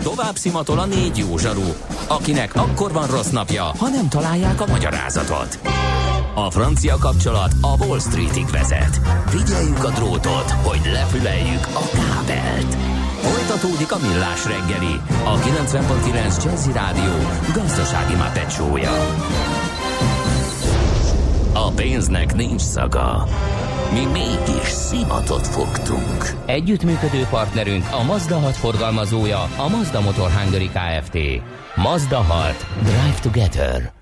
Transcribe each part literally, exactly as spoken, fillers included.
Tovább szimatol a négy jó zsaru, akinek akkor van rossz napja, ha nem találják a magyarázatot. A francia kapcsolat a Wall Streetig vezet. Figyeljük a drótot, hogy lefüleljük a kábelt. Folytatódik a Millás reggeli, a kilencven pont kilenc Jazzy Rádió gazdasági mápecsója. A pénznek nincs szaga. Mi mégis szimatot fogtunk. Együttműködő partnerünk a Mazda hat forgalmazója, a Mazda Motor Hungary Kft. Mazda hat. Drive together.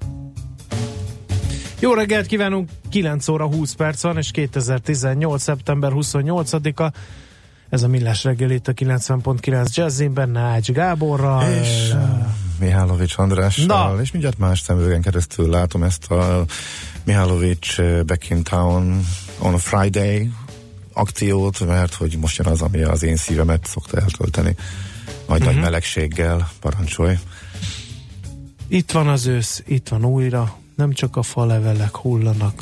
Jó reggelt kívánunk, kilenc óra húsz perc van, és kétezer-tizennyolc. szeptember huszonnyolcadika. Ez a Millás reggel itt a kilencven pont kilenc Jazzin, benne Ács Gáborral. És uh, Mihálovics Andrással. Na. És mindjárt más szemüvegen keresztül látom ezt a Mihálovics Back in Town on a Friday akciót, mert hogy most jön az, ami az én szívemet szokta eltölteni. Nagy uh-huh. nagy melegséggel, parancsolj. Itt van az ősz, itt van újra. Nem csak a falevelek hullanak,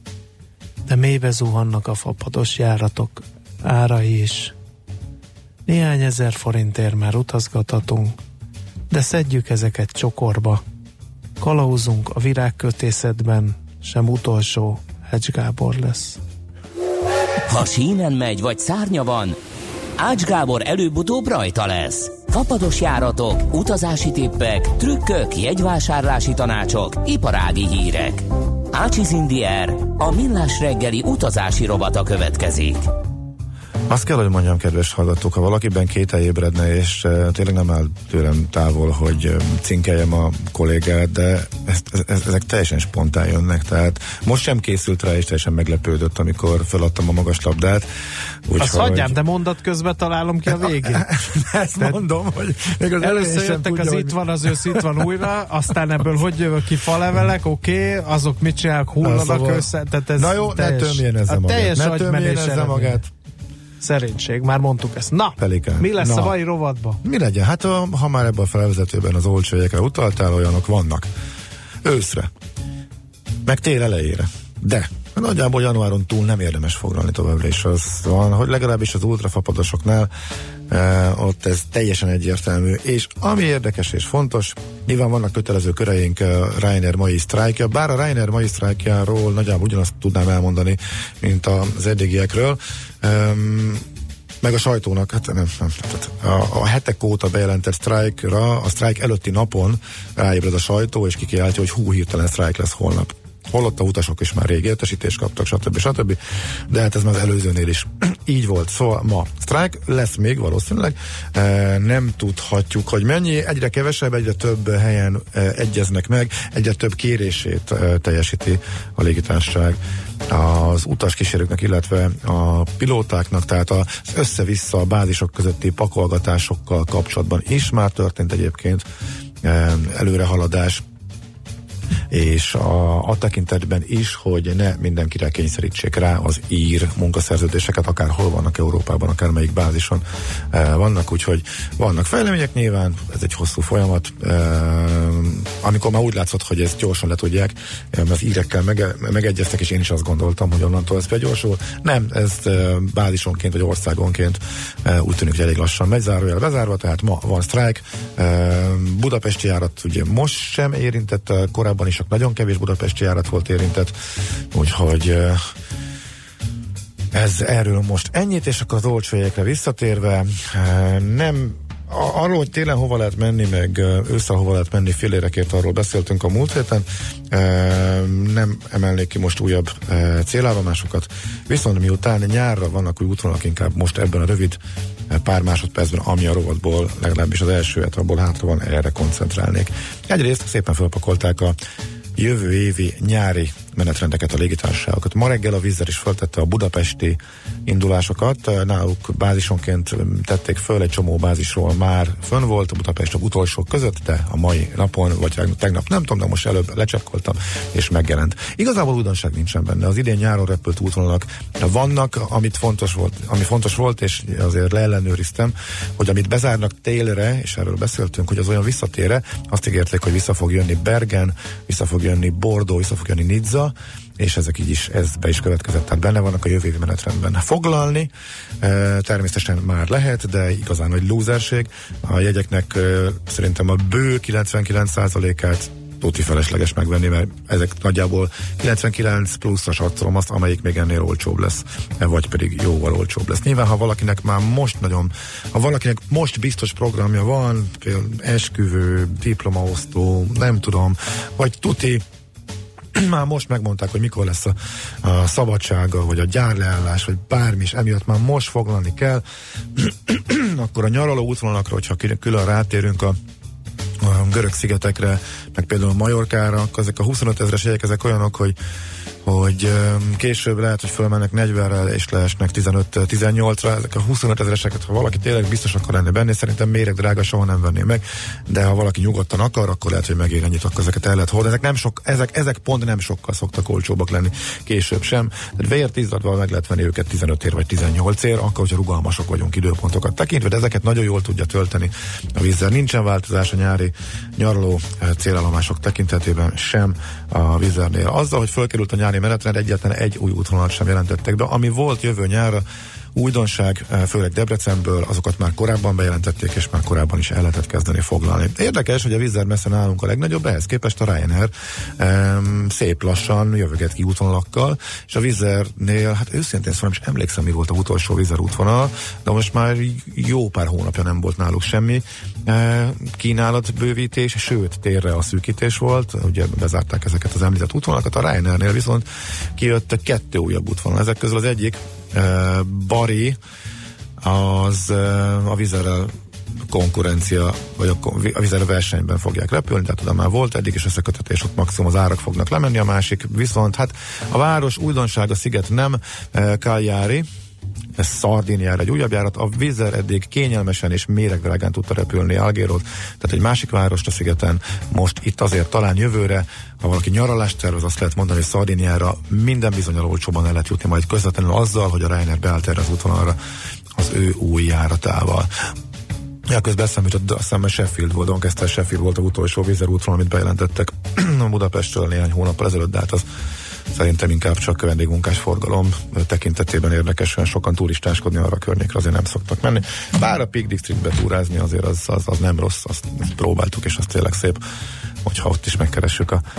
de mélybe zuhannak a fapados járatok árai is. Néhány ezer forintért már utazgathatunk, de szedjük ezeket csokorba. Kalauzunk a virágkötészetben, sem utolsó Ács Gábor lesz. Ha sínen megy, vagy szárnya van, Ács Gábor előbb-utóbb rajta lesz. Fapados járatok, utazási tippek, trükkök, jegyvásárlási tanácsok, iparági hírek. Ácsiz in the Air, a Millás reggeli utazási rovata következik. Azt kell, hogy mondjam, kedves hallgatók, ha valakiben kétel ébredne, és uh, tényleg nem áll tőlem távol, hogy uh, cinkeljem a kollégát, de ezt, ez, ezek teljesen spontán jönnek, tehát most sem készült rá, és teljesen meglepődött, amikor feladtam a magas labdát. Úgy, azt hagyjám, hogy... de mondat közben találom ki a végén. Ezt tehát mondom, hogy még az először jöttek tudja, az hogy... itt van az ősz, itt van újra, aztán ebből hogy jövök ki falevelek, oké, okay, azok mit csinálnak, hullanak szóval... össze, tehát ez na jó, teljes, ne tömjénezze magát, ne tömjénezze magát. Szerénység, már mondtuk ezt. Na, Pelikán. Mi lesz Na. a mai rovatban? Mi legyen? Hát ha már ebben a felvezetőben az olcsó jegyekre utaltál, olyanok vannak. Őszre. Meg tél elejére. De nagyjából januáron túl nem érdemes foglalni továbbra is. Az van, hogy legalábbis az ultrafapadosoknál eh, ott ez teljesen egyértelmű. És ami érdekes és fontos, nyilván vannak kötelező köreink uh, Ryanair mai sztrájkja, bár a Ryanair mai sztrájkjáról nagyjából ugyanazt tudnám elmondani, mint az eddigiekről. Um, meg a sajtónak, hát nem, nem, nem a, a hetek óta bejelentett sztrájkra, a sztrájk előtti napon ráébred a sajtó, és kikiáltja, hogy hú, hirtelen sztrájk lesz holnap. Holott a utasok is már rég értesítést kaptak, stb. stb. De hát ez már az előzőnél is így volt. Szóval ma sztrájk lesz még valószínűleg. E, nem tudhatjuk, hogy mennyi. Egyre kevesebb, egyre több helyen e, egyeznek meg, egyre több kérését e, teljesíti a légitársaság az utaskísérőknek, illetve a pilótáknak, tehát az össze-vissza a bázisok közötti pakolgatásokkal kapcsolatban is már történt egyébként e, előrehaladás, és a, a tekintetben is, hogy ne mindenkire kényszerítsék rá az ír munkaszerződéseket, akárhol vannak Európában, akár melyik bázison e, vannak, úgyhogy vannak fejlemények nyilván, ez egy hosszú folyamat, e, amikor már úgy látszott, hogy ezt gyorsan le tudják, az írekkel mege, megegyeztek, és én is azt gondoltam, hogy onnantól ez begyorsul. Nem, ez e, bázisonként vagy országonként e, úgy tűnik, hogy elég lassan megy, zárójel bezárva, tehát ma van sztrájk. E, budapesti járat ugye most sem érintett, korábban is csak nagyon kevés budapesti járat volt érintett, úgyhogy ez erről most ennyit, és akkor az olcsó jegyekre visszatérve, nem arról, hogy télen hova lehet menni, meg ősszel hova lehet menni, félérekért arról beszéltünk a múlt héten, nem emelnék ki most újabb célállomásokat, viszont miután nyárra vannak új útvonalak, inkább most ebben a rövid pár másodpercben, ami a rovatból, legalábbis az első abból hátra van, erre koncentrálnék. Egyrészt szépen felpakolták a jövő évi nyári menetrendeket a légitársaságokat. Ma reggel a Wizz Air is feltette a budapesti indulásokat, náluk bázisonként tették föl, egy csomó bázisról már fönn volt, a Budapest a utolsók között, de a mai napon, vagy tegnap nem tudom, de most előbb lecsekkoltam, és megjelent. Igazából újdonság nincsen benne. Az idén nyáron repült útvonalak vannak, amit fontos volt, ami fontos volt, és azért leellenőriztem, hogy amit bezárnak télre, és erről beszéltünk, hogy az olyan visszatére, azt ígérték, hogy vissza fog jönni Bergen, vissza fog jönni Bordeaux, vissza fog jönni Nizza, és ezek így is, ez be is következett, tehát benne vannak a jövő évi menetrendben. Foglalni e, természetesen már lehet, de igazán nagy lúzerség. A jegyeknek e, szerintem a bő kilencvenkilenc százalékát tuti felesleges megvenni, mert ezek nagyjából kilencvenkilenc pluszos adszolom azt, amelyik még ennél olcsóbb lesz, vagy pedig jóval olcsóbb lesz. Nyilván, ha valakinek már most nagyon, ha valakinek most biztos programja van, például esküvő, diplomaosztó, nem tudom, vagy tuti, már most megmondták, hogy mikor lesz a, a szabadsága, vagy a gyárleállás, vagy bármi, és emiatt már most foglalni kell, akkor a nyaraló útvonalakra, hogyha külön rátérünk a a görög szigetekre, meg például Majorkára, akkor ezek a huszonöt ezres jegyek, ezek olyanok, hogy hogy később lehet, hogy fölmennek negyvenre és leesnek tizenöt-tizennyolcra, ezek a huszonöt ezereseket, ha valaki tényleg biztos akar lenni benne, szerintem méreg drága, soha nem venné meg, de ha valaki nyugodtan akar, akkor lehet, hogy megér ennyit, akkor ezeket el lehet hozni. Ezek, nem sok, ezek, ezek pont nem sokkal szoktak olcsóbbak lenni, később sem. Tehát vért izzadva meg lehet venni őket tizenöt ér vagy tizennyolc ér, akkor, hogyha rugalmasok vagyunk időpontokat tekintve, de ezeket nagyon jól tudja tölteni a vízzel. Nincsen változás a nyári nyaraló célállomások tekintetében sem a vízernél. Azzal, hogy fölkerült a nyári menetrend, egyetlen egy új útvonalat sem jelentettek be. Ami volt jövő nyárra újdonság, főleg Debrecenből, azokat már korábban bejelentették, és már korábban is el lehetett kezdeni foglalni. Érdekes, hogy a Wizz Air messze nálunk a legnagyobb, ehhez képest a Ryanair um, szép lassan jövöget ki útvonalakkal, és a Wizz Airnél, hát őszintén szóval nem is emlékszem, mi volt a utolsó Wizz Air útvonal, de most már jó pár hónapja nem volt náluk semmi uh, kínálatbővítés, sőt, térre a szűkítés volt, ugye bezárták ezeket az említett útvonalakat, a Ryanairnél viszont kijött kettő újabb útvonal. Ezek közül az egyik Uh, Bari, az uh, a Wizz Airrel konkurencia, vagy a, a Wizz Air versenyben fogják repülni, tehát oda már volt eddig is összekötetés, ott maximum az árak fognak lemenni, a másik viszont, hát a város újdonság, a sziget nem, uh, Cagliari, ez Szardiniára egy újabb járat, a Wizz Air eddig kényelmesen és méregdrágán tudta repülni Algérót, tehát egy másik várost a szigeten, most itt azért talán jövőre, ha valaki nyaralást tervez, azt lehet mondani, hogy Szardiniára minden bizonnyal olcsóban el lehet jutni, majd közvetlenül azzal, hogy a Ryanair beállt erre az útvonalra az ő új járatával. Ja, közben eszembe jutott, azt hiszem, Sheffield volt, Doncaster Sheffield volt a utolsó Wizz Air útvonal, amit bejelentettek Budapestről néhány hónappal ezelőtt, de hát az szerintem inkább csak vendégmunkás forgalom tekintetében érdekesen sokan turistáskodni arra a környékre azért nem szoktak menni. Bár a Peak Districtbe túrázni azért az, az, az nem rossz, azt, azt próbáltuk, és az tényleg szép, hogyha ott is megkeressük a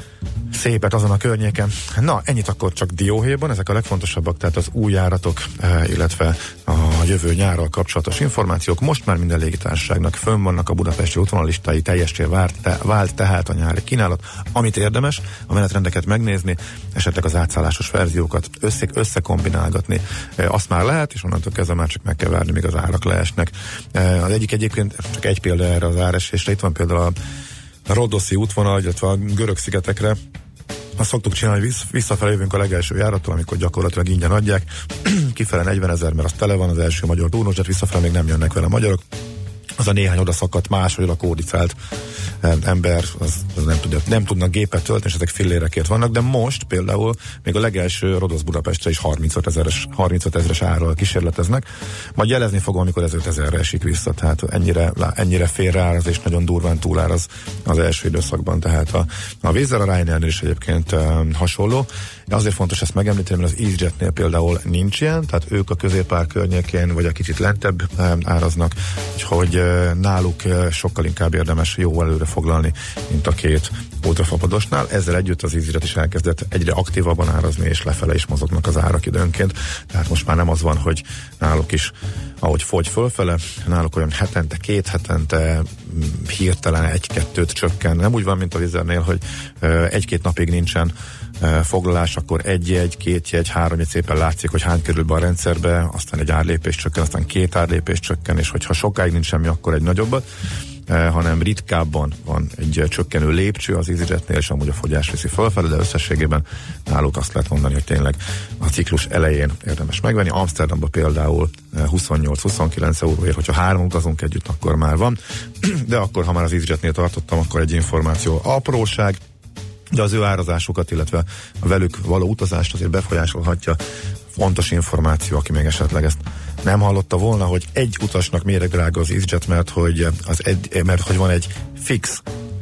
szépet azon a környéken. Na, ennyit akkor csak dióhéjban, ezek a legfontosabbak, tehát az új járatok, illetve a jövő nyárral kapcsolatos információk. Most már minden légitársaságnak fönn vannak a budapesti útvonalistái, teljesé vált, te, vált tehát a nyári kínálat, amit érdemes a menetrendeket megnézni, esetleg az átszállásos verziókat össze, összekombinálgatni. Azt már lehet, és onnantól kezdve már csak meg kell várni, míg az árak leesnek. Az egyik egyébként, csak egy példa erre az áresésre, itt van például a Rodoszi útvonal, illetve a görög szigetekre. Azt szoktuk csinálni, hogy visszafelé jövünk a legelső járattól, amikor gyakorlatilag ingyen adják. Kifele negyvenezer, mert az tele van, az első magyar túlnós, visszafelé még nem jönnek vele magyarok. Az a néhány odaszakadt máshogy a kódicált ember, az, az nem, tudja, nem tudnak gépet tölteni, és ezek fillérekért vannak, de most például még a legelső Rodosz Budapestre is harmincöt ezeres árral kísérleteznek, majd jelezni fogom, amikor ez ötezerre esik vissza, tehát ennyire, ennyire félreáraz és nagyon durván túláraz az első időszakban, tehát a, a Wizz Air, a Ryanairnél is egyébként um, hasonló. Azért fontos ezt megemlíteni, mert az EasyJetnél például nincs ilyen, tehát ők a középár környékén, vagy a kicsit lentebb um, áraznak, úgyhogy uh, náluk uh, sokkal inkább érdemes jó előre foglalni, mint a két ultrafapadosnál. Ezzel együtt az EasyJet is elkezdett egyre aktívabban árazni, és lefele is mozognak az árak időnként. Tehát most már nem az van, hogy náluk is, ahogy fogy fölfele, náluk olyan hetente, két hetente hirtelen egy-kettőt csökken. Nem úgy van, mint a Wizz Airnél, hogy uh, egy-két napig nincsen uh, foglalás, akkor egy jegy, két jegy, három jegy, szépen látszik, hogy hány kerül be a rendszerbe, aztán egy árlépés csökken, aztán két árlépés csökken, és hogyha sokáig nincs semmi, akkor egy nagyobbat. Eh, hanem ritkábban van egy uh, csökkenő lépcső az EasyJetnél, és amúgy a fogyás viszi fölfelé, de összességében náluk azt lehet mondani, hogy tényleg a ciklus elején érdemes megvenni. Amsterdamba például uh, huszonnyolc-huszonkilenc euróért, hogyha három utazunk együtt, akkor már van, de akkor, ha már az EasyJetnél tartottam, akkor egy információ apróság, de az ő árazásukat, illetve a velük való utazást azért befolyásolhatja. Fontos információ, aki még esetleg ezt nem hallotta volna, hogy egy utasnak méregdrága az EasyJet, mert hogy, az egy, mert hogy van egy fix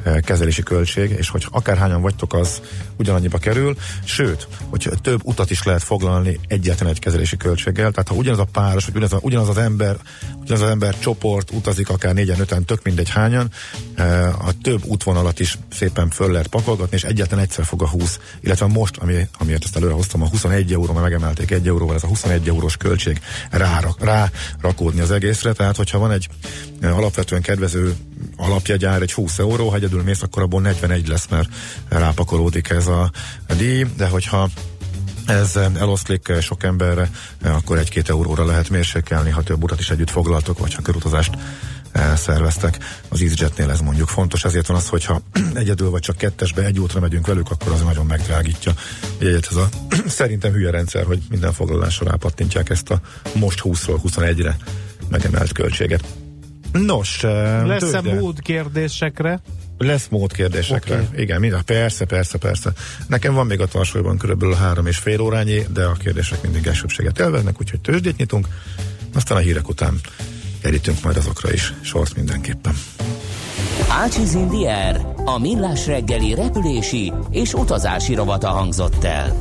kezelési költség, és hogy akárhányan vagytok, az ugyanannyiba kerül, sőt, hogy több utat is lehet foglalni egyetlen egy kezelési költséggel, tehát ha ugyanaz a páros, vagy ugyanaz, ugyanaz az ember, ugyanaz az ember csoport utazik akár négyen, öten, tök mindegy hányan, a több útvonalat is szépen föl lehet pakolgatni, és egyetlen egyszer fog a húsz, illetve most, ami, amiért ezt előre hoztam, a huszonegy euró, mert megemelték egy euróval, ez a huszonegy eurós költség rá, rá rakódni az egészre, tehát hogyha van egy alapvetően kedvező alapjegyár, egy húsz euró, ha egyedül mész, akkor abból negyvenegy lesz, mert rápakolódik ez a díj, de hogyha ez eloszlik sok emberre, akkor egy-két euróra lehet mérsékelni, ha több utat is együtt foglaltok, vagy ha körutazást szerveztek. Az EasyJetnél ez mondjuk fontos, ezért van az, hogyha egyedül vagy csak kettesbe egy útra megyünk velük, akkor az nagyon megdrágítja. Ugye ez a szerintem hülye rendszer, hogy minden foglalásra rápattintják ezt a most húszról huszonegyre megemelt költséget. Nos, lesz-e mód kérdésekre? Lesz mód kérdésekre. Okay. Igen, minden, persze, persze, persze. Nekem van még a tarsolyban körülbelül három és fél órányi, de a kérdések mindig elsőbséget elvennek, úgyhogy tőzsdét nyitunk, aztán a hírek után kerítünk majd azokra is sort mindenképpen. Ácsiz in the Air, a millás reggeli repülési és utazási rovata hangzott el.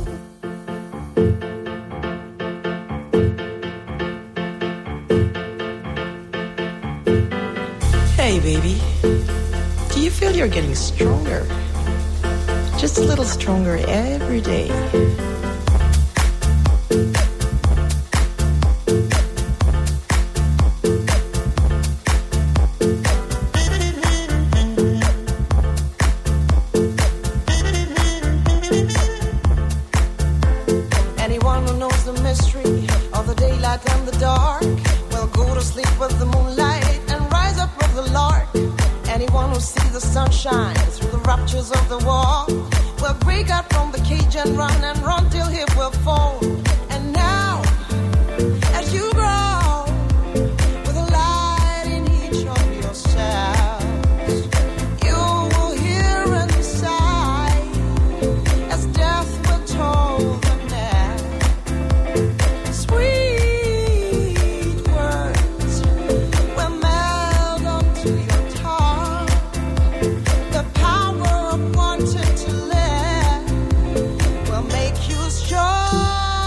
Hey baby, do you feel you're getting stronger? Just a little stronger every day. Anyone who knows the mystery of the daylight and the dark will go to sleep with the moonlight and rise up with the lark. Anyone who sees the sunshine through the raptures of the wall will break out from the cage and run and run till he will fall. And now, as you grow with a light in each of yourselves, you will hear inside as death will toll the net. Sweet words will meld onto your tongue. The power of wanting to live will make you strong.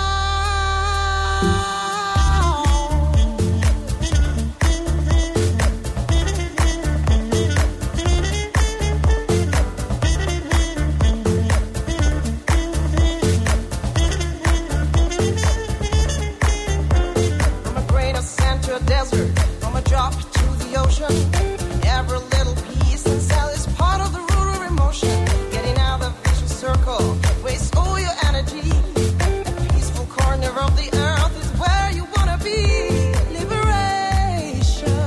From a grain of sand to a desert, from a drop to the ocean, every little piece and cell is part of the rural emotion. Getting out of the vicious circle, waste all your energy. A peaceful corner of the earth is where you wanna be. Liberation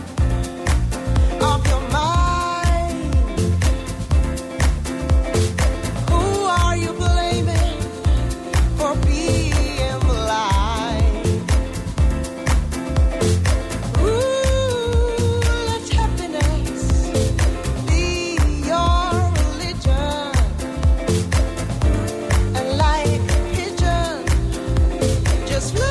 of your mind. Who are you blaming for being blind? Ooh, let happiness be your religion. And like a pigeon, just fly.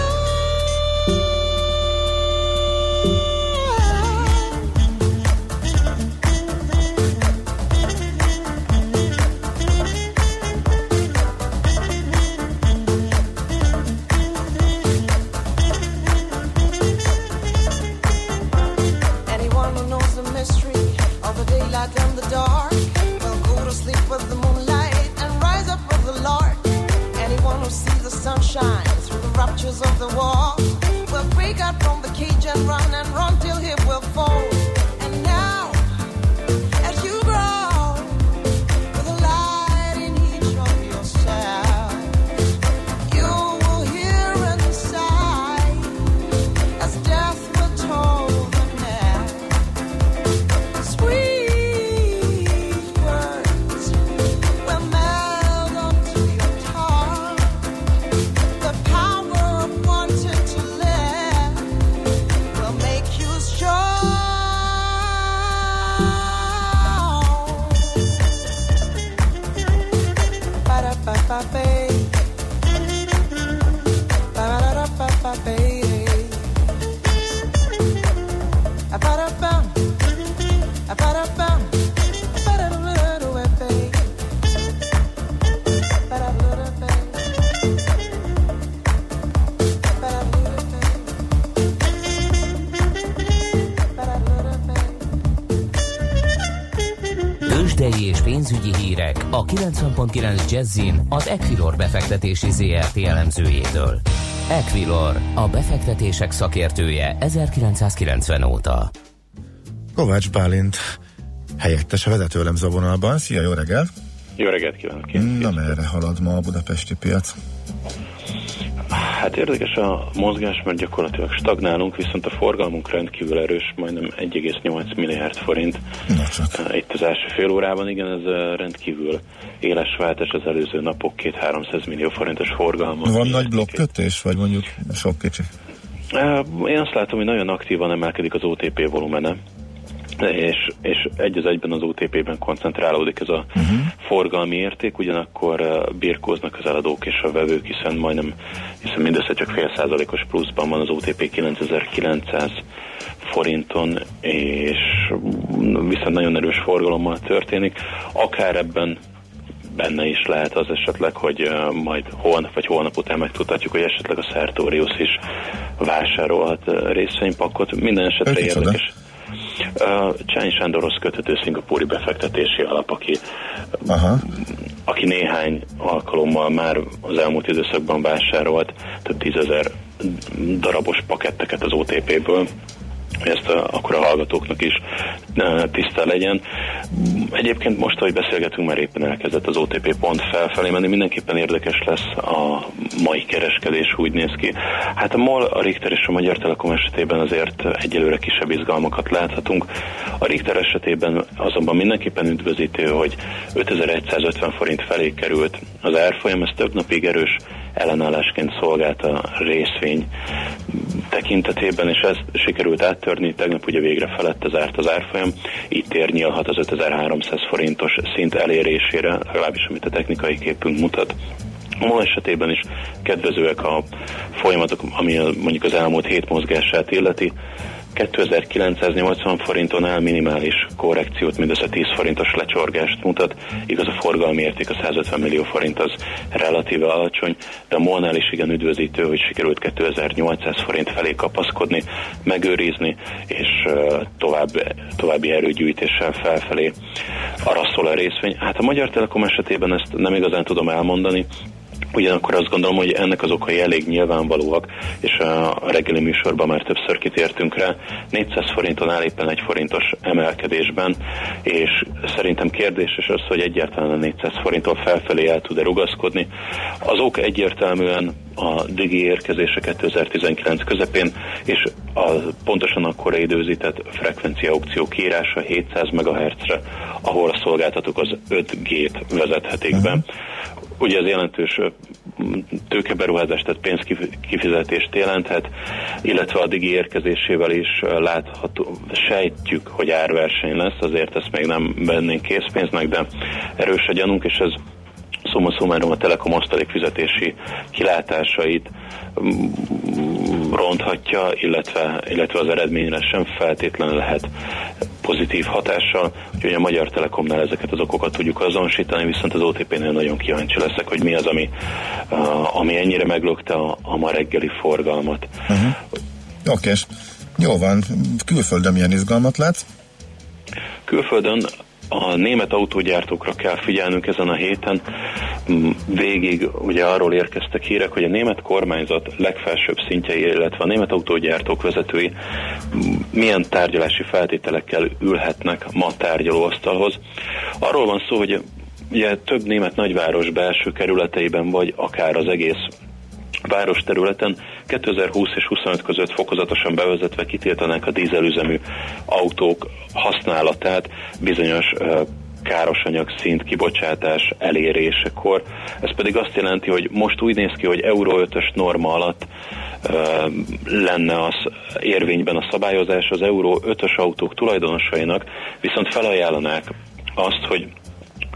Anyone who knows the mystery of the daylight and the dark will go to sleep with the moonlight and rise up with the lark. Anyone who sees the sunshine through the raptures of the wall will break out from the cage and run and run till he will fall. And now, as you grow with a light in each of yourselves, you will hear inside as death will toll the net. Sweet words will meld onto your tongue. The power of wanting to live will make you strong. Ba-da-ba-ba-ba. Ba-da-da-ba-ba-ba. Ba-da-bum. Ba-da-bum. Ba-da-bum. Tőzsdei és pénzügyi hírek a kilencven pont kilenc Jazzin az Equilor befektetési zé er té elemzőjétől. Equilor, a befektetések szakértője ezerkilencszázkilencven óta. Kovács Bálint helyettes a vezető elemző vonalban. Szia, jó reggelt! Jó reggelt kívánok! Na, merre halad ma a budapesti piac? Hát érdekes a mozgás, mert gyakorlatilag stagnálunk, viszont a forgalmunk rendkívül erős, majdnem egy egész nyolc milliárd forint. Na csak. Itt az első fél órában, igen, ez rendkívül éles váltás, az előző napok két-háromszáz millió forintos forgalma. Van nagy blokkkötés, vagy mondjuk sok kicsi? Én azt látom, hogy nagyon aktívan emelkedik az o té pé volumene, és, és egy az egyben az o té pében koncentrálódik ez a uh-huh. forgalmi érték, ugyanakkor uh, birkóznak az eladók és a vevők, hiszen majdnem, hiszen mindössze csak fél százalékos pluszban van az o té pé kilencezer-kilencszáz forinton, és viszont nagyon erős forgalommal történik. Akár ebben benne is lehet az esetleg, hogy uh, majd holnap vagy holnap után megtudhatjuk, hogy esetleg a Sartorius is vásárolhat uh, részvénypakkot. Minden esetre érdekes. Uh, Csányi Sándorhoz köthető szingapúri befektetési alap, aki, Aha. aki néhány alkalommal már az elmúlt időszakban vásárolt több tízezer darabos paketteket az o té péből, hogy ezt a, akkor a hallgatóknak is uh, tiszta legyen. Egyébként most, ahogy beszélgetünk, már éppen elkezdett az o té pé pont felfelé menni, mindenképpen érdekes lesz a mai kereskedés, úgy néz ki. Hát a MOL, a Richter és a Magyar Telekom esetében azért egyelőre kisebb izgalmakat láthatunk. A Richter esetében azonban mindenképpen üdvözítő, hogy ötezer-százötven forint felé került az árfolyam, ez több napig erős ellenállásként szolgált a részvény tekintetében, és ezt sikerült áttörni, tegnap ugye végre felette zárt az árfolyam, így tér nyílhat az ötezer-háromszáz forintos szint elérésére, legalábbis amit a technikai képünk mutat. A MOL esetében is kedvezőek a folyamatok, ami mondjuk az elmúlt hét mozgását illeti. kétezer-kilencszáznyolcvan forinton áll, minimális korrekciót, mindössze tíz forintos lecsorgást mutat. Igaz, a forgalmi érték a százötven millió forint, az relatíve alacsony, de a MOL-nál is igen üdvözítő, hogy sikerült kétezer-nyolcszáz forint felé kapaszkodni, megőrizni, és tovább, további erőgyűjtéssel felfelé araszol a részvény. Hát a Magyar Telekom esetében ezt nem igazán tudom elmondani, ugyanakkor azt gondolom, hogy ennek az okai elég nyilvánvalóak, és a reggeli műsorban már többször kitértünk rá. négyszáz forinton áll éppen egy forintos emelkedésben, és szerintem kérdéses az, hogy egyáltalán a négyszáz forinttól felfelé el tud-e rugaszkodni. Az ok egyértelműen a digi érkezése kétezer-tizenkilenc közepén, és a pontosan akkora időzített frekvencia aukció kiírása hétszáz megahertzre, ahol a szolgáltatók az öt gét vezethetik be. Ugye ez jelentős tőkeberuházást, tehát pénzkifizetést jelenthet, illetve a digi érkezésével is látható, sejtjük, hogy árverseny lesz, azért ezt még nem vennénk készpénznek, de erős a gyanunk, és ez szumma summarum a Telekom osztalékfizetési kilátásait ronthatja, illetve, illetve az eredményre sem feltétlenül lehet pozitív hatással, úgyhogy a Magyar Telekomnál ezeket az okokat tudjuk azonosítani, viszont az o té pénél nagyon kíváncsi leszek, hogy mi az, ami, uh, ami ennyire meglökte a, a ma reggeli forgalmat. Uh-huh. Oké, jó van. Külföldön milyen izgalmat látsz? Külföldön a német autógyártókra kell figyelnünk ezen a héten. Végig ugye arról érkeztek hírek, hogy a német kormányzat legfelsőbb szintjei, illetve a német autógyártók vezetői milyen tárgyalási feltételekkel ülhetnek ma tárgyalóasztalhoz. Arról van szó, hogy ugye több német nagyváros belső kerületeiben, vagy akár az egész város területen kétezer-húsz és huszonöt között fokozatosan bevezetve kitiltanák a dízelüzemű autók használatát bizonyos uh, károsanyag szint kibocsátás elérésekor. Ez pedig azt jelenti, hogy most úgy néz ki, hogy Euró ötös norma alatt uh, lenne az érvényben a szabályozás, az Euró ötös autók tulajdonosainak viszont felajánlanák azt, hogy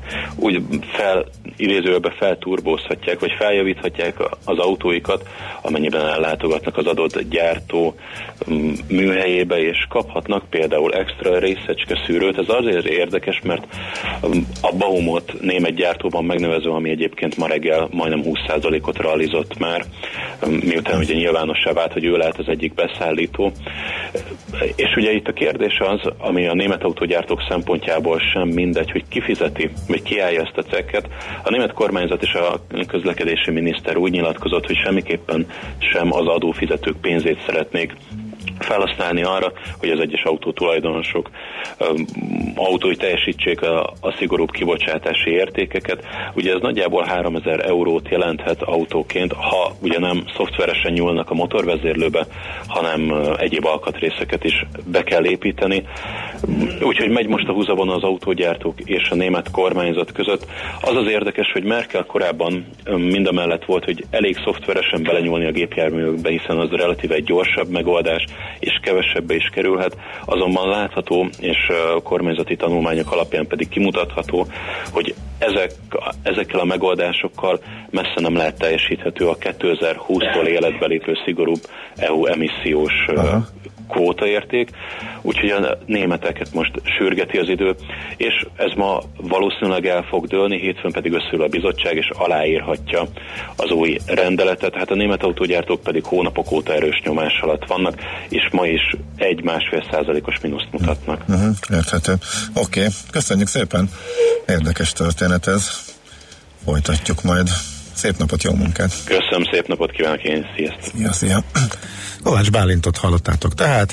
úgy fel, idézőjelben felturbózhatják, vagy feljavíthatják az autóikat, amennyiben ellátogatnak az adott gyártó műhelyébe, és kaphatnak például extra részecske szűrőt. Ez azért érdekes, mert a Baumot német gyártóban megnevező, ami egyébként ma reggel majdnem húsz százalékot realizott már, miután ugye nyilvánossá vált, hogy ő lehet az egyik beszállító. És ugye itt a kérdés az, ami a német autógyártók szempontjából sem mindegy, hogy ki fizeti, vagy ki állja ezt a cekket. A német kormányzat és a közlekedési miniszter úgy nyilatkozott, hogy semmiképpen sem az adófizetők pénzét szeretnék felhasználni arra, hogy az egyes autótulajdonosok um, autói teljesítsék a, a szigorúbb kibocsátási értékeket. Ugye ez nagyjából háromezer eurót jelenthet autóként, ha ugye nem szoftveresen nyúlnak a motorvezérlőbe, hanem uh, egyéb alkatrészeket is be kell építeni. Úgyhogy megy most a húzavona az autógyártók és a német kormányzat között. Az az érdekes, hogy Merkel korábban um, mindamellett volt, hogy elég szoftveresen belenyúlni a gépjárművekbe, hiszen az relatíve egy gyorsabb megoldás, és kevesebbe is kerülhet, azonban látható, és a kormányzati tanulmányok alapján pedig kimutatható, hogy ezek, ezekkel a megoldásokkal messze nem lehet teljesíthető a kétezer-húsztól életbe lépő szigorúbb é u emissziós Aha. kvótaérték, úgyhogy a németeket most sürgeti az idő, és ez ma valószínűleg el fog dőlni, hétfőn pedig összeül a bizottság, és aláírhatja az új rendeletet. Hát a német autógyártók pedig hónapok óta erős nyomás alatt vannak, és ma is egy-másfél százalékos mínuszt mutatnak. Uh-huh, érthető. Oké, okay. Köszönjük szépen. Érdekes történet ez. Folytatjuk majd. Szép napot, jó munkát! Köszönöm, szép napot kívánok én, sziasztok! Szia, szia! Kovács Bálintot hallottátok, tehát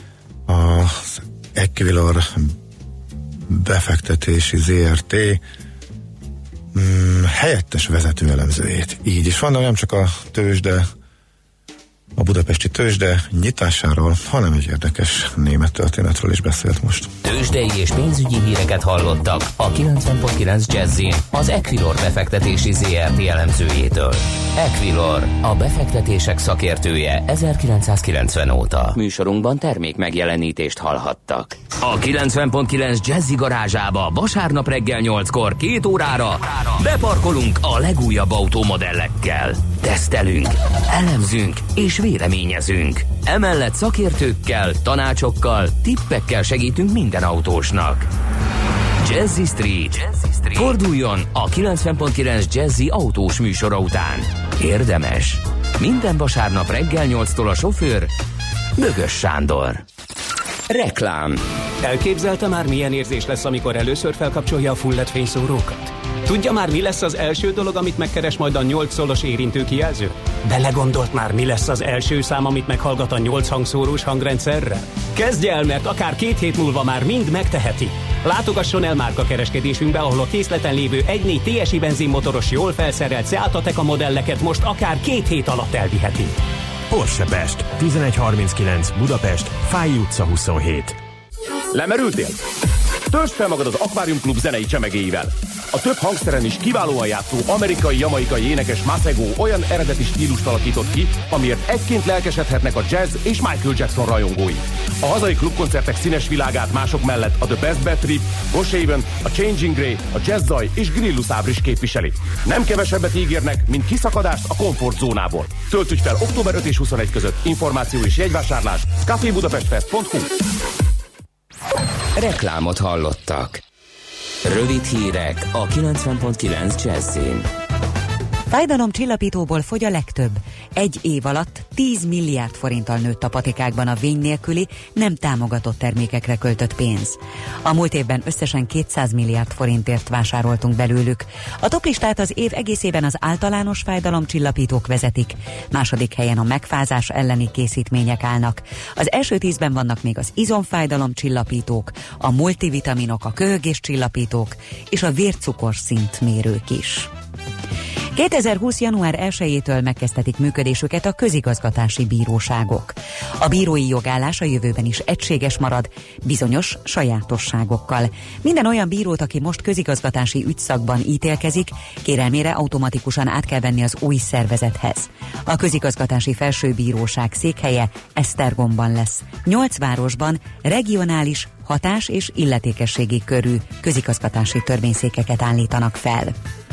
az Equilor befektetési zé er té mm, helyettes vezetőelemzőjét. Így is van, de nem csak a tőzsde, a budapesti tőzsde nyitásáról, hanem egy érdekes német történetről is beszélt most. Tőzsdei és pénzügyi híreket hallottak a kilencven pont kilenc Jazzin az Equilor befektetési zé er té elemzőjétől. Equilor, a befektetések szakértője ezerkilencszázkilencven óta. Műsorunkban termék megjelenítést hallhattak. A kilencven pont kilenc Jazzy garázsába vasárnap reggel nyolckor két órára beparkolunk a legújabb automodellekkel. Tesztelünk, elemzünk és véleményezünk. Emellett szakértőkkel, tanácsokkal, tippekkel segítünk minden autósnak. Jazzy Street. Jazzy Street. Forduljon a kilencven pont kilenc Jazzy autós műsora után. Érdemes. Minden vasárnap reggel nyolctól a sofőr Bögös Sándor. Reklám. Elképzelte már, milyen érzés lesz, amikor először felkapcsolja a full é dé fényszórókat? Tudja már, mi lesz az első dolog, amit megkeres majd a nyolc szolos érintőkijelző? Belegondolt már, mi lesz az első szám, amit meghallgat a nyolc hangszórós hangrendszerrel? Kezdje el, mert akár két hét múlva már mind megteheti. Látogasson el márka kereskedésünkbe, ahol a készleten lévő egy négy té es i benzinmotoros, jól felszerelt Seat Ateca modelleket most akár két hét alatt elviheti. Porsche Pest, tizenegy harminckilenc Budapest, Fáy utca huszonhét. Lemerültél? Töltsd fel magad az Aquarium Club zenei csemegéivel. A több hangszeren is kiválóan játszó amerikai-jamaikai énekes Masego olyan eredeti stílust alakított ki, amiért egyként lelkesedhetnek a jazz és Michael Jackson rajongói. A hazai klubkoncertek színes világát mások mellett a The Best Bad Trip, Goshaven, a Changing Grey, a Jazz Zaj és Grillus Ábr is képviseli. Nem kevesebbet ígérnek, mint kiszakadást a komfortzónából. Töltődj fel október ötödik és huszonegyedike között. Információ és jegyvásárlás cafébudapestfest pont hu. Reklámot hallottak. Rövid hírek a kilencven pont kilenc Jazzin. Fájdalomcsillapítóból fogy a legtöbb. Egy év alatt tíz milliárd forinttal nőtt a patikákban a vény nélküli, nem támogatott termékekre költött pénz. A múlt évben összesen kétszáz milliárd forintért vásároltunk belőlük. A toplistát az év egészében az általános fájdalomcsillapítók vezetik. Második helyen a megfázás elleni készítmények állnak. Az első tízben vannak még az izomfájdalomcsillapítók, a multivitaminok, a köhögéscsillapítók és a vércukorszint mérők is. kétezer-húsz. január elsejétől megkezdhetik működésüket a közigazgatási bíróságok. A bírói jogállás a jövőben is egységes marad, bizonyos sajátosságokkal. Minden olyan bírót, aki most közigazgatási ügyszakban ítélkezik, kérelmére automatikusan át kell venni az új szervezethez. A közigazgatási felsőbíróság székhelye Esztergomban lesz. Nyolc városban regionális, hatás- és illetékességi körű közigazgatási törvényszékeket állítanak fel.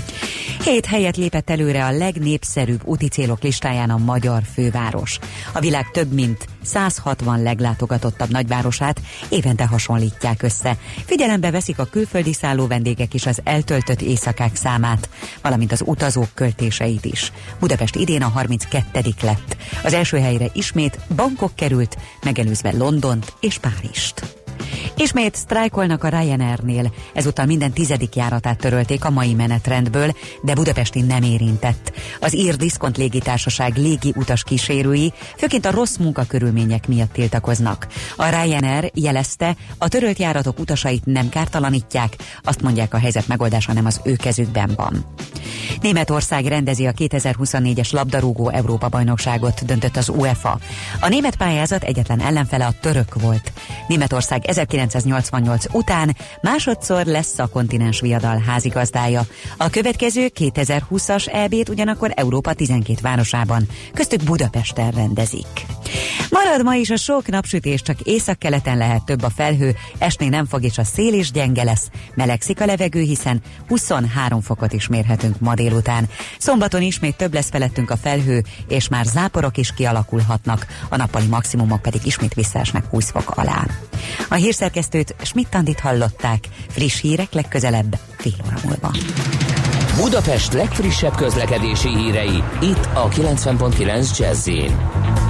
Hét helyet lépett előre a legnépszerűbb úti célok listáján a magyar főváros. A világ több mint száz hatvan leglátogatottabb nagyvárosát évente hasonlítják össze. Figyelembe veszik a külföldi szálló vendégek is az eltöltött éjszakák számát, valamint az utazók költéseit is. Budapest idén a harminckettedik lett. Az első helyre ismét Bangkok került, megelőzve Londont és Párizst. Ismét sztrájkolnak a Ryanairnél, ezúttal minden tizedik járatát törölték a mai menetrendből, de budapesti nem érintett. Az ír diszkont légitársaság légi utas kísérői főként a rossz munkakörülmények miatt tiltakoznak. A Ryanair jelezte, a törölt járatok utasait nem kártalanítják, azt mondják, a helyzet megoldása nem az ő kezükben van. Németország rendezi a kétezer-huszonnégyes labdarúgó Európa-bajnokságot, döntött az UEFA. A német pályázat egyetlen ellenfele a török volt. Németország ezerkilencszáznyolcvannyolc után másodszor lesz a kontinens viadal házigazdája. A következő kétezer-húszas é bét ugyanakkor Európa tizenkét városában, köztük Budapesten rendezik. Marad ma is a sok napsütés, csak északkeleten lehet több a felhő, esni nem fog és a szél is gyenge lesz. Melegszik a levegő, hiszen huszonhárom fokot is mérhetünk ma délután. Szombaton ismét több lesz felettünk a felhő, és már záporok is kialakulhatnak, a nappali maximumok pedig ismét visszaesnek húsz fok alá. A hírszerkesztőt, Schmidt-Andit hallották, friss hírek legközelebb fél óra múlva. Budapest legfrissebb közlekedési hírei, itt a kilencven pont kilenc Jazz-in.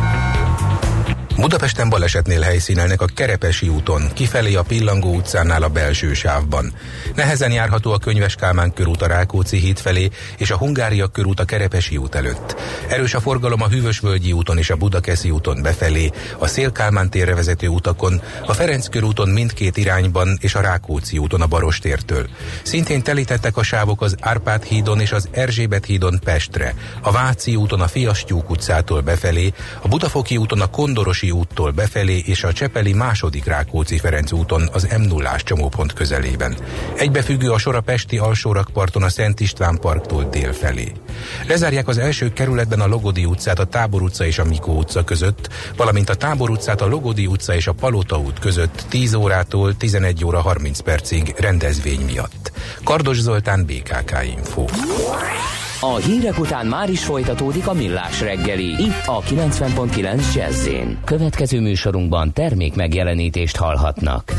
Budapesten balesetnél helyszínelnek a Kerepesi úton, kifelé a Pillangó utcánál a belső sávban. Nehezen járható a Könyves Kálmán körút a Rákóczi híd felé és a Hungária körút a Kerepesi út előtt. Erős a forgalom a Hűvösvölgyi úton és a Budakeszi úton befelé, a Széll-Kálmán térre vezető utakon, a Ferenc körúton mindkét irányban és a Rákóczi úton a Barostértől. Szintén telítettek a sávok az Árpád hídon és az Erzsébet hídon Pestre, a Váci úton a Fiastyúk utcától befelé, a Budafoki úton a Kondorosi úttól befelé és a Csepeli második Rákóczi-Ferenc úton az em nullás csomópont közelében. Egybefüggő a sor a pesti alsórakparton a Szent István parktól dél felé. Lezárják az első kerületben a Logodi utcát a Tábor utca és a Mikó utca között, valamint a Tábor utcát a Logodi utca és a Palota út között tíz órától tizenegy óra harminc percig rendezvény miatt. Kardos Zoltán, bé ká ká Info. A hírek után már is folytatódik a Millás reggeli, itt a kilencven pont kilenc Jazz-én. Következő műsorunkban termék megjelenítést hallhatnak.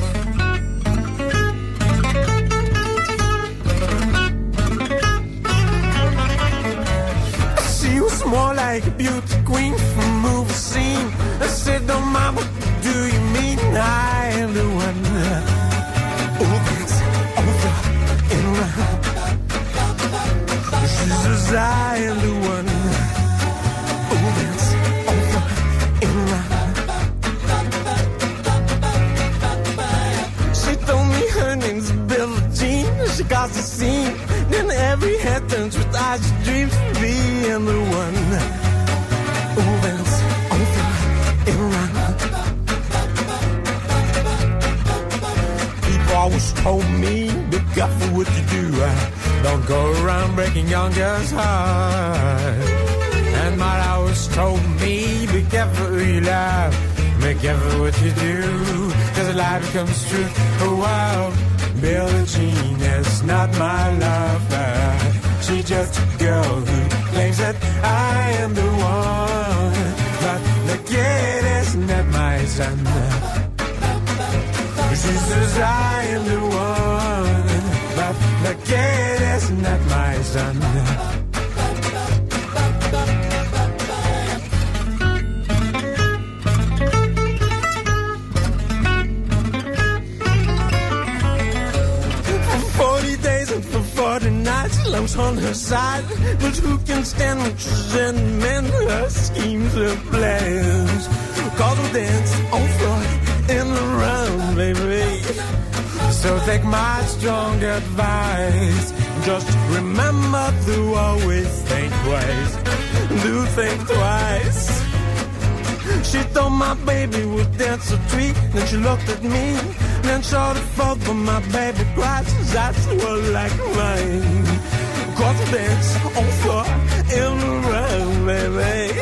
She was more like a beauty queen from a movie scene. I said, "No, mama, do you mean I am the one?" Oh, that's over in my She says I am the one. Oh, that's over in my She told me her name's Billie Jean. She got the scene. Then every head turns with eyes she dreams of being the one. Oh, that's over in my People always told me, be careful what you do. Don't go around breaking young girls' hearts. And my always told me, be careful who you love, be careful what you do, cause life becomes true. Oh wow, Billie Jean is not my lover. She's just a girl who claims that I am the one. But the kid is not my son. She says I am the one. But the kid is not my son. For forty days and for forty nights, love's on her side. But who can stand when she's in men, her schemes, her plans? Cause we dance on floor in the round, baby. So take my strong advice. Just remember to always think twice. Do think twice. She thought my baby would dance a treat. Then she looked at me. Then saw the fault for my baby cried. That's what like mine. Cause dance on floor in the room, baby.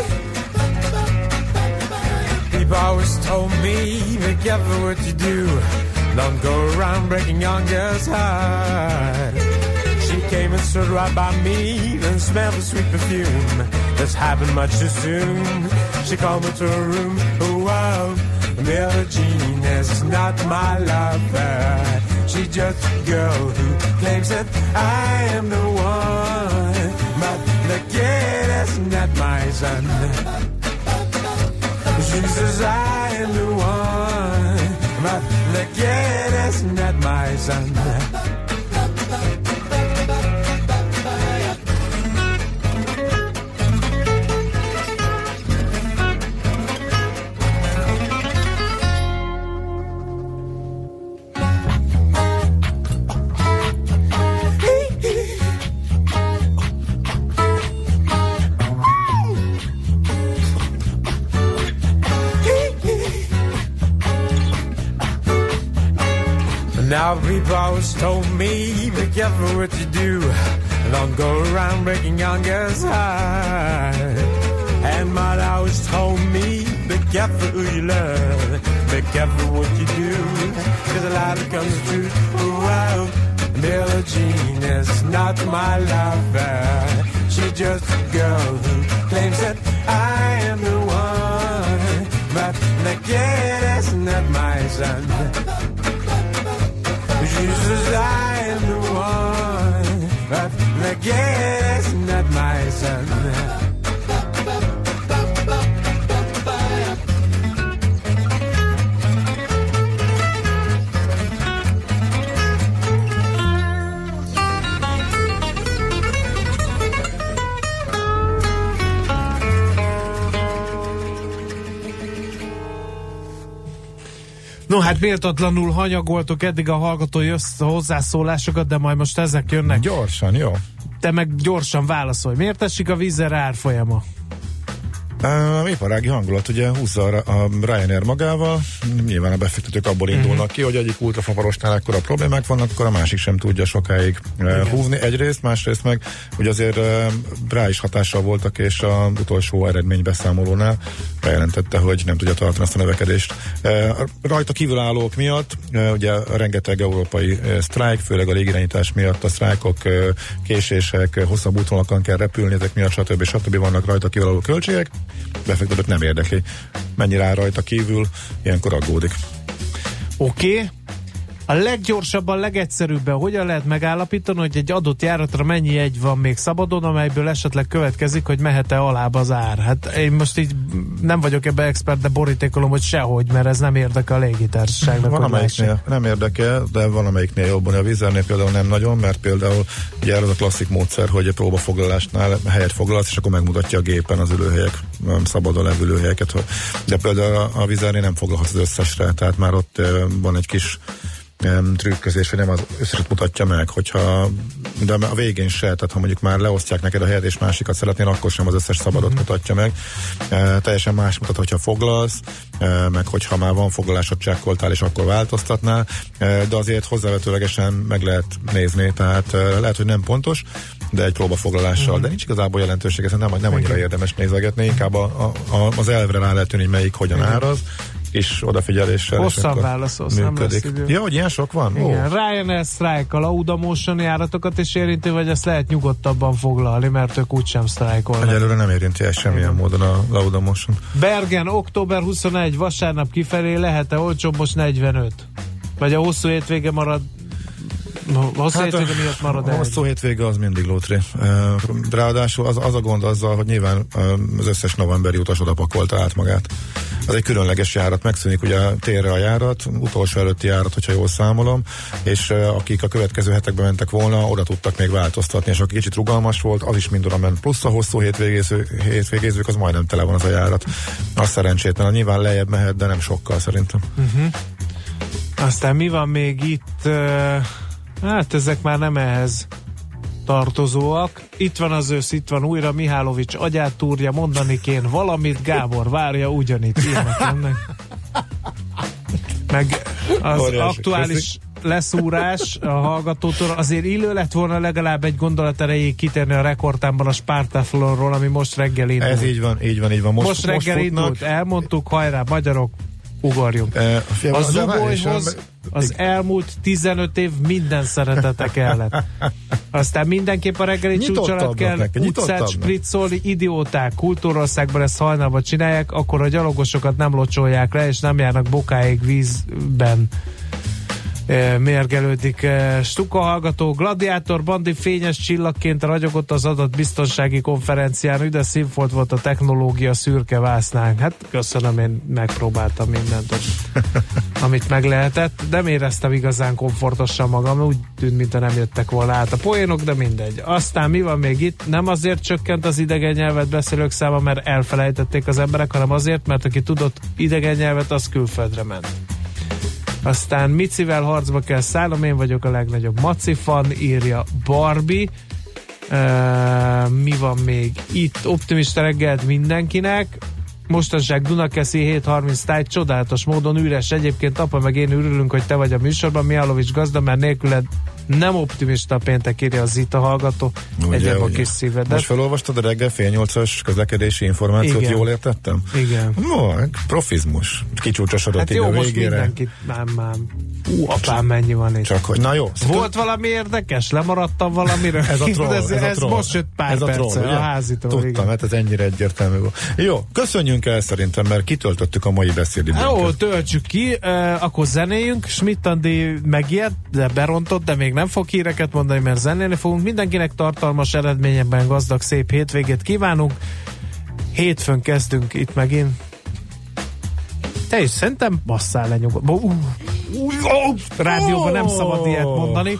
People always told me, be careful what you do. Don't go around breaking young girls' heart. She came and stood right by me, then smelled the sweet perfume. This happened much too soon. She called me to her room. Oh wow, Billie Jean is not my lover. She's just a girl who claims that I am the one. But the kid is not my son. She says I am the one. But the kid is not my son. Now people always told me, be careful what you do. Don't go around breaking young girls' heart. And mother always told me, be careful who you love. Be careful what you do. Cause a lot becomes the truth. Oh, wow. Billie Jean is not my lover. She's just a girl who claims that I am the one. But the kid is not my son. She says I am the one, but the kid is not my son. No hát méltatlanul hanyagoltok eddig a hallgatói össze hozzászólásokat, de majd most ezek jönnek. Gyorsan, jó. Te meg gyorsan válaszolj. Miért esik a vízer árfolyama? Uh, iparági hangulat, ugye húzza a Ryanair magával, nyilván a befektetők abból indulnak uh-huh. ki, hogy egyik ultrafaparosnál ekkora problémák vannak, akkor a másik sem tudja sokáig uh, húzni egyrészt, másrészt meg ugye azért uh, rá is hatással voltak, és az utolsó eredménybeszámolónál bejelentette, hogy nem tudja tartani azt a növekedést. Uh, rajta kívülállók miatt, uh, ugye rengeteg európai uh, sztrájk, főleg a légirányítás miatt a sztrájkok, uh, késések, uh, hosszabb útvonalakon kell repülni, ezek miatt stb. stb. Vannak rajta kívülálló költségek. Befektetőt nem érdekli, mennyire áll rajta kívül, ilyenkor aggódik. Oké. Okay. A leggyorsabban, legegyszerűbben hogyan lehet megállapítani, hogy egy adott járatra mennyi jegy van még szabadon, amelyből esetleg következik, hogy mehet-e alább az ár? Hát én most így nem vagyok ebbe expert, de borítékolom, hogy sehogy, mert ez nem érdekel a légitársaságnak. Van amelyiknél nem érdekel, de van amelyiknél jobban. A Wizzairnél például nem nagyon, mert például ugye az a klasszik módszer, hogy a próbafoglalásnál helyet foglalsz, és akkor megmutatja a gépen az ülőhelyek, szabadon levő ülőhelyeket. De például a Wizzairnél nem foglalhatsz az összesre, tehát már ott van egy kis trükközés, hogy nem az összeset mutatja meg, hogyha de a végén se, tehát ha mondjuk már leosztják neked a helyet és másikat szeretnél, akkor sem az összes szabadot mm-hmm. mutatja meg. E, teljesen más mutat, hogyha foglalsz, e, meg hogyha már van foglalásod, csekkoltál, és akkor változtatnál, e, de azért hozzávetőlegesen meg lehet nézni, tehát e, lehet, hogy nem pontos, de egy próbafoglalással, mm-hmm. de nincs igazából jelentőség, ez nem, nem annyira érdemes nézegetni, inkább a, a, a, az elvre rá lehet tűnni, hogy melyik hogyan mm-hmm. áraz, és odafigyeléssel. Hosszabb válaszolsz, nem lesz idő. Ja, hogy ilyen sok van? Igen, Ryanair sztrájk a Laudamotion járatokat is érinti, vagy ezt lehet nyugodtabban foglalni, mert ők úgysem sztrájkolnak. Egyelőre nem érinti ezt semmilyen módon a Laudamotion. Bergen, október huszonegy, vasárnap kifelé lehet-e olcsóbb most negyvenöt? Vagy a hosszú hétvége marad hosszú hát hétvége miatt marad el. Hosszú hétvége az mindig lótri. Ráadásul az, az a gond azzal, hogy nyilván az összes novemberi utas odapakolta át magát. Az egy különleges járat, megszűnik ugye térre a járat, utolsó előtti járat, hogyha jól számolom, és akik a következő hetekben mentek volna, oda tudtak még változtatni, és aki kicsit rugalmas volt, az is mind oda ment. Plusz a hosszú hétvégéző, hétvégézők, az majdnem tele van az a járat. Az szerencsétlen, nyilván lejjebb mehet, de nem sokkal szerintem. Uh-huh. Aztán mi van még itt? Hát ezek már nem ehhez tartozóak. Itt van az ősz, itt van újra Mihálovics agyát túrja, mondani kén valamit, Gábor várja ugyanitt. Ilyenek ennek. Meg az Óriási, aktuális köszik. Leszúrás a hallgatótól azért illő lett volna legalább egy gondolat erejéig kitérni a rekordtámban a Spartathlonról, ami most reggel indult. Ez így van, így van, így van. Most, most reggel most indult, elmondtuk, hajrá, magyarok, ugorjunk. E, a Zubolyhoz az elmúlt tizenöt év minden szeretete kellett. Aztán mindenképp a reggeli csúcs alatt kell neki, utcát spriccolni, idióták, kultúrországban ezt hajnalban csinálják, akkor a gyalogosokat nem locsolják le, és nem járnak bokáig vízben. E, mérgelődik. E, Stuka hallgató, gladiátor bandi fényes csillagként ragyogott az adatbiztonsági konferencián, üde színfolt volt a technológia szürke vásznán. Hát köszönöm, én megpróbáltam mindent, amit meg lehetett, de nem éreztem igazán komfortosan magam, úgy tűnt, mintha nem jöttek volna át a poénok, de mindegy. Aztán mi van még itt? Nem azért csökkent az idegen nyelvet beszélők száma, mert elfelejtették az emberek, hanem azért, mert aki tudott idegen nyelvet, az külföldre ment. Aztán Micivel harcba kell szállnom, én vagyok a legnagyobb Maci fan, írja Barbie. Uh, mi van még itt? Optimista reggelt mindenkinek. Mostanság Dunakeszi hét harminc táj csodálatos módon üres. Egyébként apa meg én örülünk, hogy te vagy a műsorban. Mihálovics gazda, mert nélküled nem optimista a péntek, írja a Zita hallgató. Egyéb a kis szívedet. Most felolvastad a reggel fél nyolcas közlekedési információt, igen. Jól értettem? Igen. No, profizmus. Kicsúcsosodott hát így jó, a végére. Hát jó, most mindenkit, már, már. Ú, apám, mennyi van itt. Csak hogy, na jó. Volt valami érdekes? Lemaradtam valamiről? Ez a troll. ez, ez, a ez troll. most jött pár ez a perce troll, a házitól. Tudtam, igen. Hát ez ennyire egyértelmű volt. Jó, köszönjünk el szerintem, mert kitöltöttük a mai beszédidőnket. Jó, töltsük ki, uh, akkor zenéljünk. Schmidt Andi megijedt, de berontott, de még nem fog híreket mondani, mert zenélni fogunk. Mindenkinek tartalmas eredményekben gazdag, szép hétvégét kívánunk. Hétfőn kezdünk itt megint. Te is szerintem basszál le nyugodva. Uh, uh, uh, rádióban nem szabad ilyet mondani.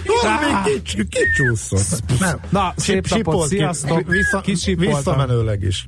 Kicsúszott. Na, szép napot, sziasztok. Visszamenőleg is.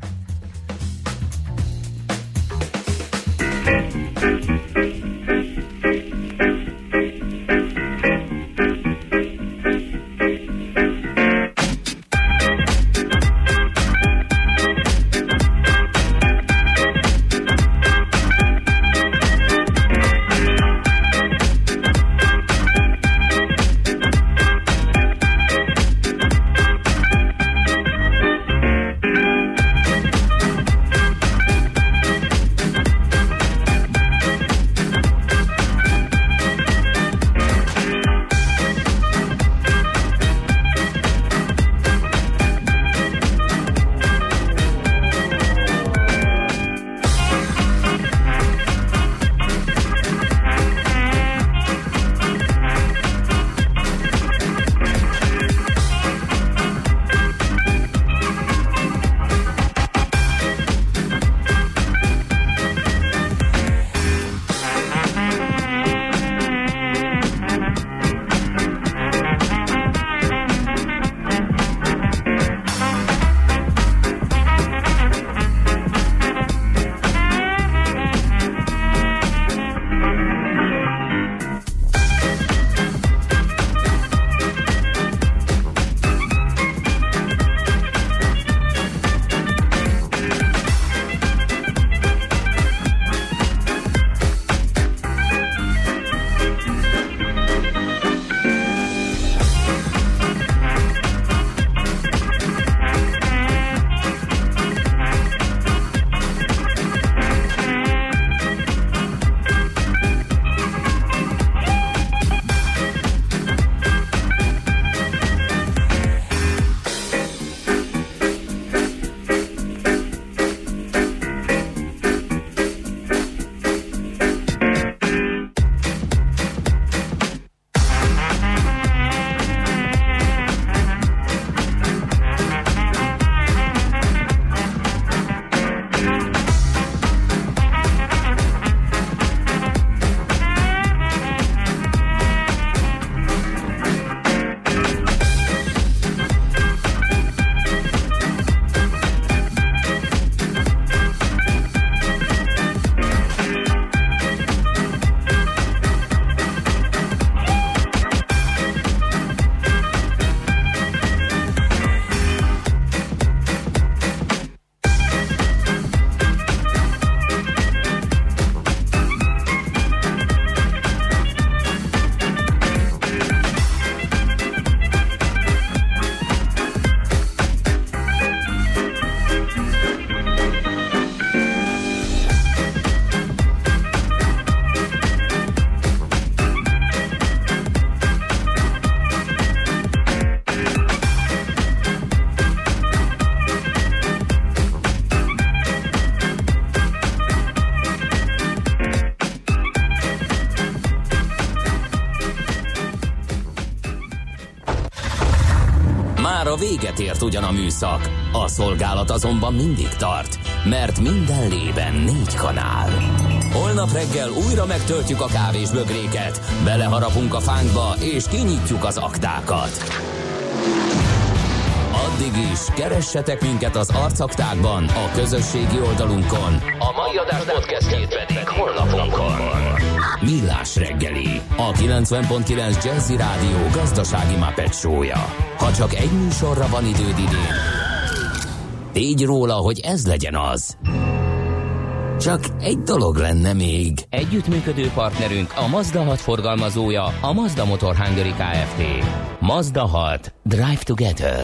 Mára véget ért ugyan a műszak, a szolgálat azonban mindig tart, mert minden lében négy kanál. Holnap reggel újra megtöltjük a kávésbögréket, beleharapunk a fánkba és kinyitjuk az aktákat. Addig is keressetek minket az arcaktákban, a közösségi oldalunkon. A mai adás podcastjét pedig honlapunkon. Millás reggeli, a kilencven pont kilenc Jazzy Rádió gazdasági Muppet show-ja. Ha csak egy műsorra van időd idén, tégy róla, hogy ez legyen az. Csak egy dolog lenne még. Együttműködő partnerünk a Mazda hat forgalmazója, a Mazda Motor Hungary Kft. Mazda hat. Drive together.